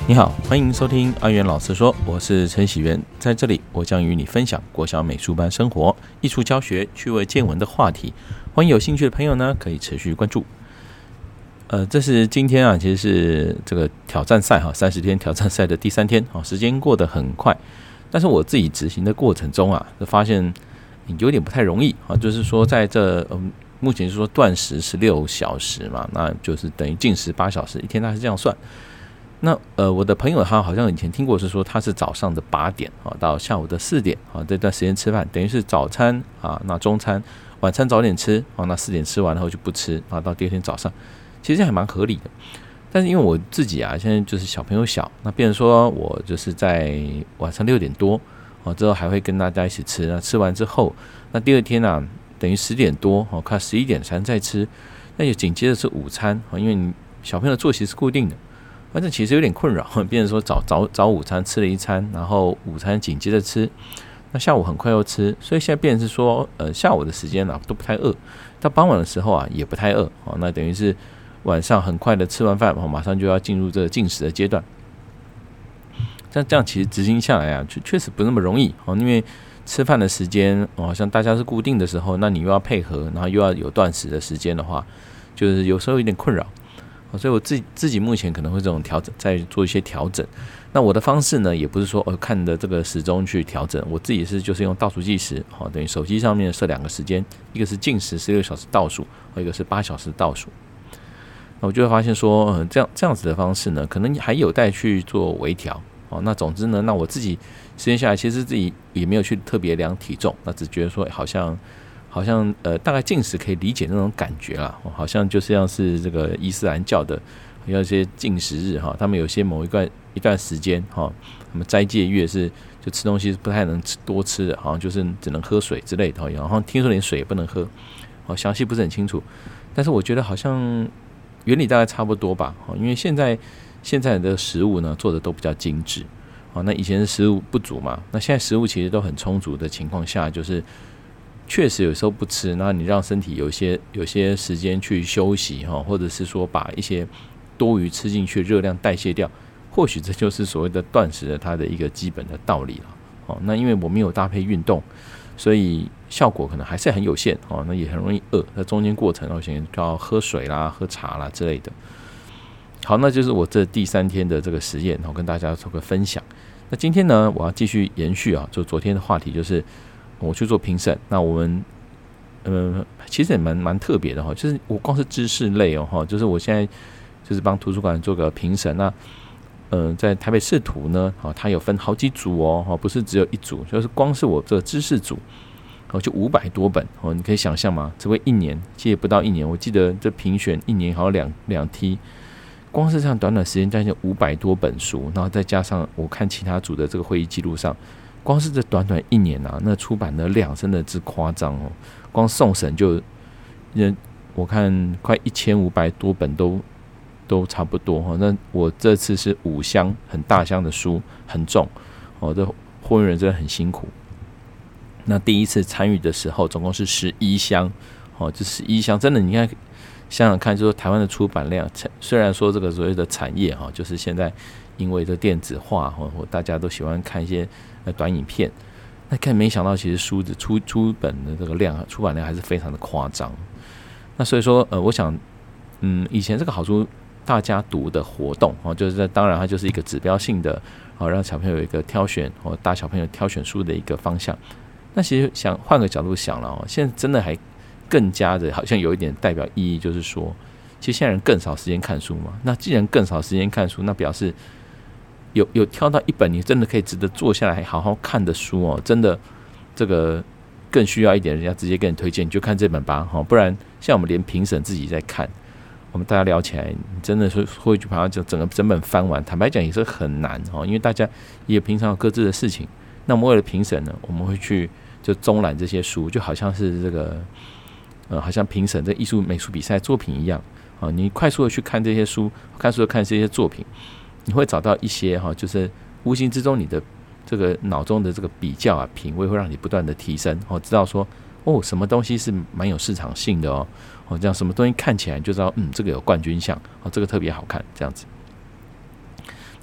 你好，欢迎收听阿元老师说，我是陈喜元，在这里我将与你分享国小美术班生活、艺术教学、趣味见闻的话题，欢迎有兴趣的朋友呢可以持续关注。这是今天啊，其实是这个挑战赛哈，30天挑战赛的第3天啊，时间过得很快，但是我自己执行的过程中啊，就发现有点不太容易啊，就是说在这目前是说断食16小时嘛，那就是等于禁食8小时，一天大概是这样算。那我的朋友他好像以前听过是说他是早上的8点到下午的4点这段时间吃饭，等于是早餐那中餐晚餐早点吃那4点吃完后就不吃到第二天早上，其实还蛮合理的。但是因为我自己现在就是小朋友小，那变成说我就是在晚上6点多之后还会跟大家一起吃，那吃完之后那第二天等于10点多快11点才能再吃，那就紧接着是午餐因为你小朋友的作息是固定的，反正其实有点困扰，变成说早午餐吃了一餐，然后午餐紧接着吃，那下午很快又吃，所以现在变成是说下午的时间都不太饿，到傍晚的时候也不太饿那等于是晚上很快的吃完饭马上就要进入这个进食的阶段。这样其实执行下来确实不那么容易因为吃饭的时间好像大家是固定的时候，那你又要配合，然后又要有断食的时间的话，就是有时候有点困扰。所以我自己目前可能会这种调整，再做一些调整。那我的方式呢，也不是说看着这个时钟去调整，我自己就是用倒数计时等于手机上面设2个时间，一个是禁食16小时倒数，一个是8小时倒数。那我就会发现说这样子的方式呢，可能还有待去做微调那总之呢，那我自己时间下来，其实自己也没有去特别量体重，那只觉得说好像大概禁食可以理解那种感觉啦，好像就像是这个伊斯兰教的有一些禁食日他们有些某一段时间他们斋戒月是就吃东西不太能多吃的，好像就是只能喝水之类的，然后听说连水也不能喝，详细不是很清楚，但是我觉得好像原理大概差不多吧，因为现在的食物呢做的都比较精致那以前是食物不足嘛，那现在食物其实都很充足的情况下，就是确实有时候不吃，那你让身体有些时间去休息或者是说把一些多余吃进去的热量代谢掉，或许这就是所谓的断食的它的一个基本的道理了那因为我没有搭配运动，所以效果可能还是很有限那也很容易饿，在中间过程我想要喝水啦、喝茶啦之类的。好，那就是我这第3天的这个实验跟大家做个分享。那今天呢，我要继续延续就昨天的话题，就是我去做评审。那我们其实也蛮特别的就是我光是知识类就是我现在就是帮图书馆做个评审。那在台北市图呢它有分好几组不是只有一组，就是光是我这个知识组就500多本你可以想象吗？这位1年其实也不到1年，我记得这评选1年好像两梯，光是这样短短时间将近500多本书，然后再加上我看其他组的这个会议记录上，光是这短短1年那出版的量真的之夸张光送审就我看快1500多本都差不多那我这次是5箱很大箱的书，很重这货运人真的很辛苦。那第一次参与的时候总共是11箱这11箱真的你看想想看，就是台湾的出版量，虽然说这个所谓的产业就是现在因为这电子化大家都喜欢看一些短影片，那没想到其实书的出本的这个量，出版量还是非常的夸张。那所以说我想以前这个好书大家读的活动就是当然它就是一个指标性的让小朋友有一个挑选大小朋友挑选书的一个方向。那其实想换个角度想了现在真的还更加的好像有一点代表意义，就是说其实现在人更少时间看书嘛，那既然更少时间看书，那表示有挑到一本你真的可以值得坐下来好好看的书真的这个更需要一点人家直接跟你推荐，你就看这本吧不然像我们连评审自己在看，我们大家聊起来你真的是会去把它整本翻完，坦白讲也是很难因为大家也平常有各自的事情，那我们为了评审呢，我们会去就综览这些书，就好像是这个好像评审这艺术美术比赛作品一样你快速的去看这些书，快速的看这些作品，你会找到一些就是无形之中你的这个脑中的这个比较品味会让你不断的提升知道说什么东西是蛮有市场性的这样什么东西看起来就知道这个有冠军相这个特别好看这样子。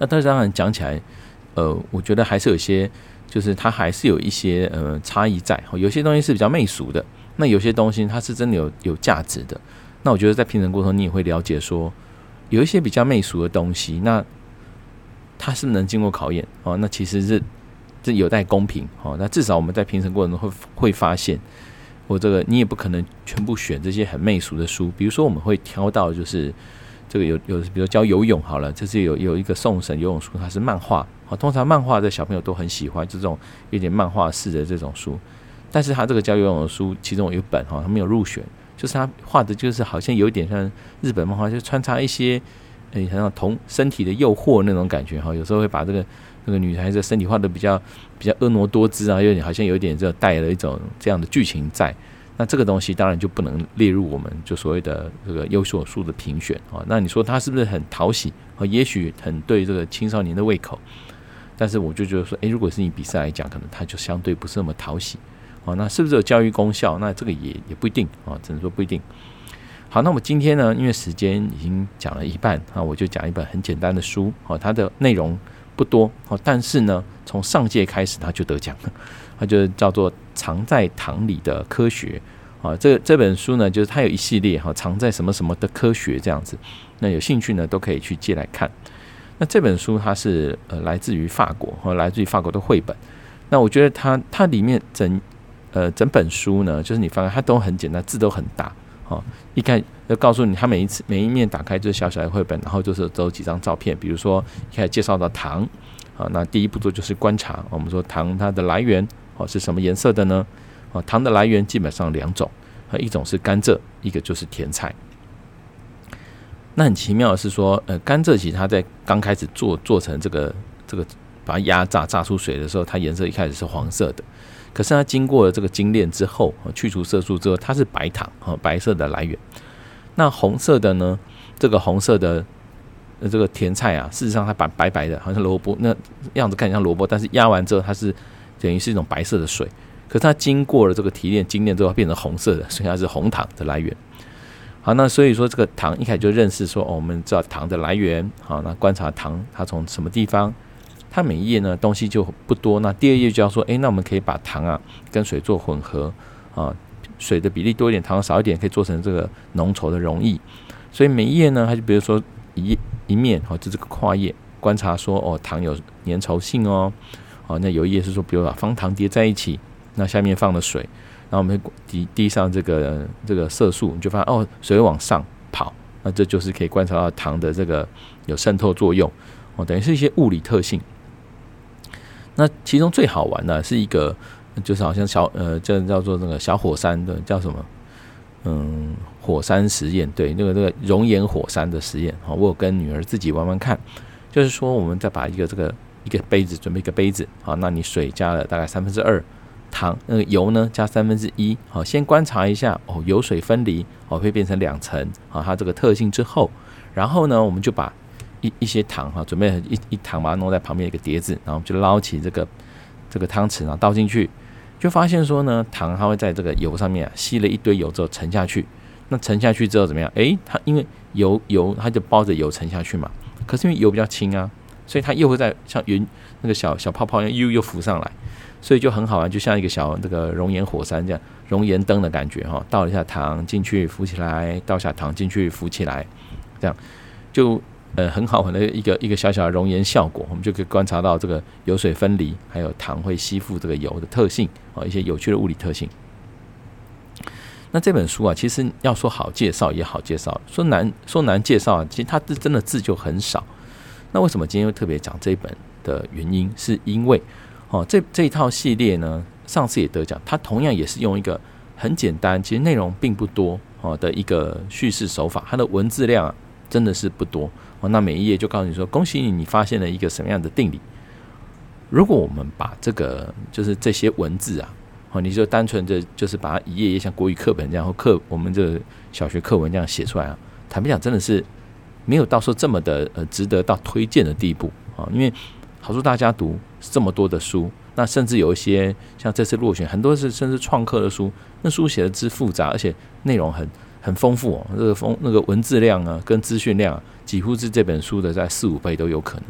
那但是当然讲起来，我觉得还是有一些，就是它还是有一些差异在。有些东西是比较媚俗的，那有些东西它是真的有价值的。那我觉得在评审过程你也会了解说，有一些比较媚俗的东西，那它是不是能经过考验？那其实这有待公平。那至少我们在评审过程中会发现，我这个你也不可能全部选这些很媚俗的书。比如说我们会挑到就是这个有比如教游泳好了，这是有一个送审游泳书，它是漫画。通常漫画的小朋友都很喜欢这种有点漫画式的这种书，但是他这个教游泳的书，其中有一本他没有入选，就是他画的就是好像有一点像日本漫画，就穿插一些好像同身体的诱惑那种感觉。有时候会把这个女孩子的身体画的比较婀娜多姿啊，好像有点这带了一种这样的剧情在。那这个东西当然就不能列入我们就所谓的这个优秀书的评选。那你说它是不是很讨喜？也许很对这个青少年的胃口，但是我就觉得说，如果是你比赛来讲，可能它就相对不是那么讨喜。那是不是有教育功效？那这个也不一定只能说不一定。好，那我们今天呢，因为时间已经讲了一半，我就讲一本很简单的书。它的内容不多，但是呢，从上届开始它就得奖了。它就叫做《藏在糖里的科学》。这本书呢，就是它有一系列藏在什么什么的科学这样子。那有兴趣呢，都可以去借来看。那这本书它是来自于法国，来自于法国的绘本。那我觉得它里面整本书呢，就是你翻开它都很简单，字都很大。一开就告诉你，它每一面打开就是小小的绘本，然后就是都有几张照片。比如说一开始介绍到糖，那第一步骤就是观察。我们说糖它的来源是什么颜色的呢？糖的来源基本上两种，一种是甘蔗，一个就是甜菜。那很奇妙的是说，甘蔗其实它在刚开始做成这个把它压榨出水的时候，它颜色一开始是黄色的。可是它经过了这个精炼之后，去除色素之后，它是白糖，白色的来源。那红色的呢？这个红色的这个甜菜啊，事实上它白白的，好像萝卜那样子，看起来像萝卜，但是压完之后，它是等于是一种白色的水。可是它经过了这个提炼、精炼之后，变成红色的，所以它是红糖的来源。好，那所以说这个糖一开始就认识说，我们知道糖的来源。好，那观察糖它从什么地方。它每一页呢东西就不多，那第二页就要说，那我们可以把糖跟水做混合水的比例多一点，糖少一点，可以做成这个浓稠的溶液。所以每一页呢，它就比如说一面就这个跨页观察说，糖有粘稠性那有一页是说，比如把方糖叠在一起，那下面放了水，然后我们会滴上这个色素，你就发现水会往上跑，那这就是可以观察到糖的这个有渗透作用等于是一些物理特性。那其中最好玩的是一个，就是好像叫做那个小火山的叫什么？火山实验，对，那个熔岩火山的实验。我有跟女儿自己玩玩看，就是说我们再把一个杯子，准备一个杯子，那你水加了大概2/3，糖油呢加1/3，先观察一下油水分离会变成2层它这个特性之后，然后呢我们就把一些糖准备一糖把它弄在旁边一个碟子，然后我们就捞起这个汤匙，然后倒进去，就发现说呢，糖它会在这个油上面吸了一堆油之后沉下去。那沉下去之后怎么样？它因为油它就包着油沉下去嘛，可是因为油比较轻所以它又会在像云那个小泡泡一样又浮上来，所以就很好玩，就像一个小这个熔岩火山这样，熔岩灯的感觉倒一下糖进去浮起来，倒下糖进去浮起来，这样就很好玩的一个小小的熔岩效果。我们就可以观察到这个油水分离，还有糖会吸附这个油的特性一些有趣的物理特性。那这本书其实要说好介绍也好介绍，说难介绍其实它真的字就很少。那为什么今天会特别讲这一本的原因，是因为这一套系列呢，上次也得奖，它同样也是用一个很简单，其实内容并不多的一个叙事手法，它的文字量真的是不多那每一页就告诉你说，恭喜你发现了一个什么样的定理。如果我们把这个就是这些文字你就单纯的就是把它一页页像国语课本这样，或我们这个小学课文这样写出来坦白讲真的是没有到说这么的值得到推荐的地步因为好书大家读这么多的书，那甚至有一些像这次落选很多是甚至创客的书，那书写的之复杂，而且内容很丰富那个文字量跟资讯量几乎是这本书的在4-5倍都有可能。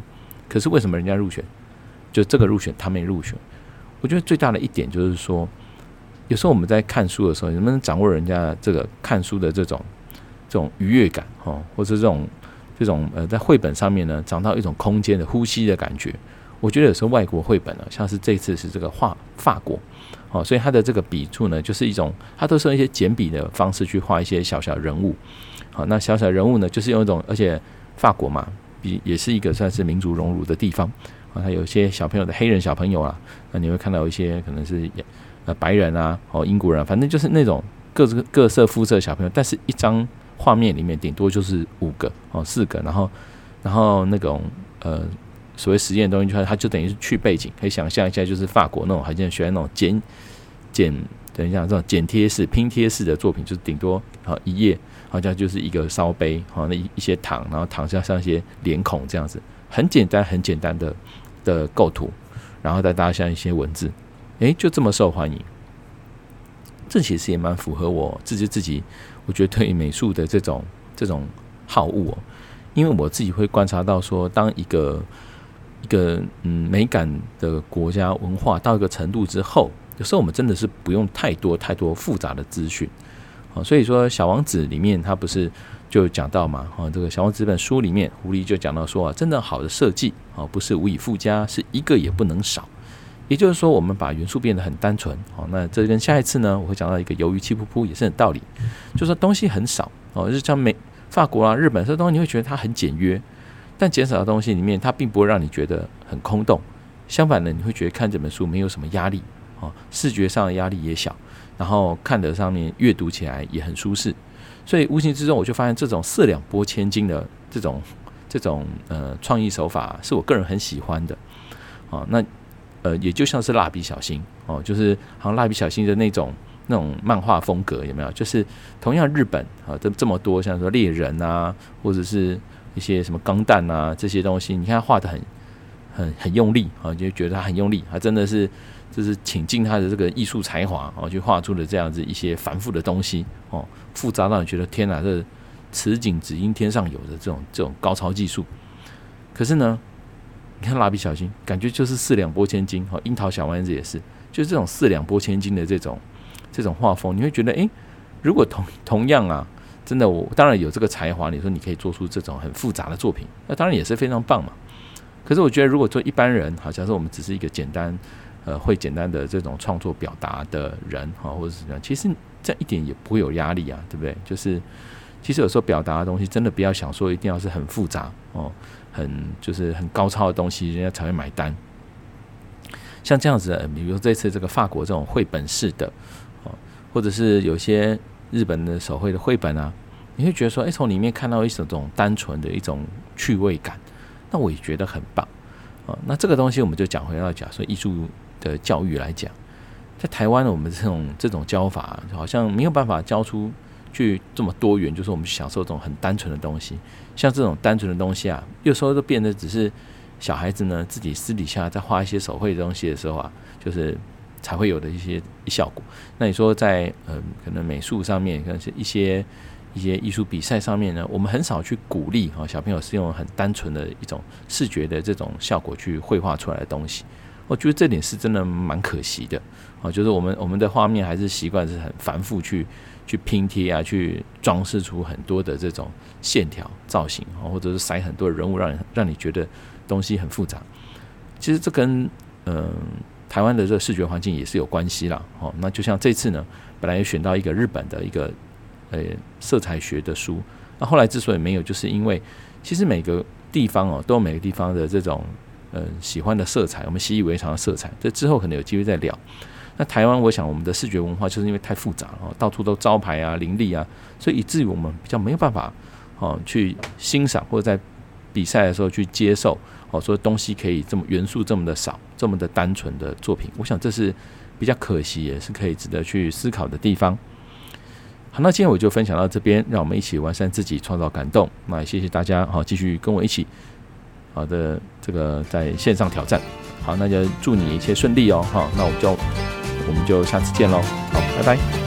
可是为什么人家入选，就这个入选他没入选？我觉得最大的一点就是说，有时候我们在看书的时候，能不能掌握人家这个看书的这种愉悦感，或者这种在绘本上面呢，找到一种空间的呼吸的感觉。我觉得有时候外国绘本呢，像是这次是这个法国，所以它的这个笔触呢，就是一种，它都是用一些简笔的方式去画一些小小人物。好，那小小人物呢，就是用一种，而且法国嘛，也是一个算是民族荣辱的地方啊。它有一些小朋友的黑人小朋友啊，那你会看到有一些可能是白人啊，英国人，反正就是那种各色肤色的小朋友，但是一张画面里面顶多就是5个4个，然后那种所谓实验的东西，它就等于是去背景，可以想象一下，就是法国那种好像喜欢那种等一下这种剪贴式、拼贴式的作品，就是顶多一页好像就是一个烧杯，那一些糖，然后糖像一些脸孔这样子，很简单的构图，然后再搭上一些文字，就这么受欢迎。这其实也蛮符合我自己，我觉得对美术的这种好恶因为我自己会观察到说，当一个美感的国家文化到一个程度之后，有时候我们真的是不用太多复杂的资讯。所以说小王子里面他不是就讲到嘛，这个小王子这本书里面狐狸就讲到说真正好的设计不是无以复加，是一个也不能少。也就是说我们把元素变得很单纯，那这跟下一次呢我会讲到一个鱿鱼气噗噗也是很道理，就是说东西很少就是像法国啊日本这东西你会觉得它很简约，但减少的东西里面它并不会让你觉得很空洞，相反的你会觉得看这本书没有什么压力，视觉上的压力也小，然后看的上面阅读起来也很舒适。所以无形之中我就发现这种四两拨千斤的这种创意手法是我个人很喜欢的。那也就像是蜡笔小新就是好像蜡笔小新的那种漫画风格有没有？就是同样日本这么多像说猎人啊，或者是一些什么钢弹啊这些东西，你看他画得很用力你就觉得他很用力，他真的是就是倾尽他的这个艺术才华去画出了这样子一些繁复的东西复杂到你觉得天哪，这此景只应天上有的这种高超技术。可是呢，你看蜡笔小新，感觉就是四两拨千斤樱桃小丸子也是，就是这种四两拨千斤的这种画风，你会觉得如果同样啊，真的我当然有这个才华，你说你可以做出这种很复杂的作品，那当然也是非常棒嘛。可是我觉得如果做一般人假设我们只是一个会简单的这种创作表达的人或者是这样，其实这样一点也不会有压力啊，对不对？就是其实有时候表达的东西真的不要想说一定要是很复杂就是很高超的东西人家才会买单。像这样子的比如说这次这个法国这种绘本式的或者是有些日本的手绘的绘本啊，你会觉得说从里面看到一种单纯的一种趣味感，那我也觉得很棒那这个东西我们就讲回到假设艺术的教育来讲，在台湾我们这种教法好像没有办法教出去这么多元，就是我们去享受这种很单纯的东西。像这种单纯的东西啊，有时候都变得只是小孩子呢自己私底下在画一些手绘的东西的时候啊，就是才会有的一些效果。那你说在可能美术上面，可能是一些艺术比赛上面呢，我们很少去鼓励小朋友是用很单纯的一种视觉的这种效果去绘画出来的东西。我觉得这点是真的蛮可惜的就是我们的画面还是习惯是很繁复去拼贴啊，去装饰出很多的这种线条造型或者是塞很多的人物让你觉得东西很复杂。其实这跟台湾的这个视觉环境也是有关系啦那就像这次呢，本来也选到一个日本的一个色彩学的书，那后来之所以没有，就是因为其实每个地方都有每个地方的这种喜欢的色彩，我们习以为常的色彩，这之后可能有机会再聊。那台湾我想我们的视觉文化就是因为太复杂了到处都招牌啊林立啊，所以以至于我们比较没有办法去欣赏或者在比赛的时候去接受说东西可以这么元素这么的少，这么的单纯的作品，我想这是比较可惜，也是可以值得去思考的地方。好，那今天我就分享到这边，让我们一起完善自己，创造感动。那也谢谢大家继续跟我一起好的这个在线上挑战。好，那就祝你一切顺利那我们就下次见咯。好，拜拜。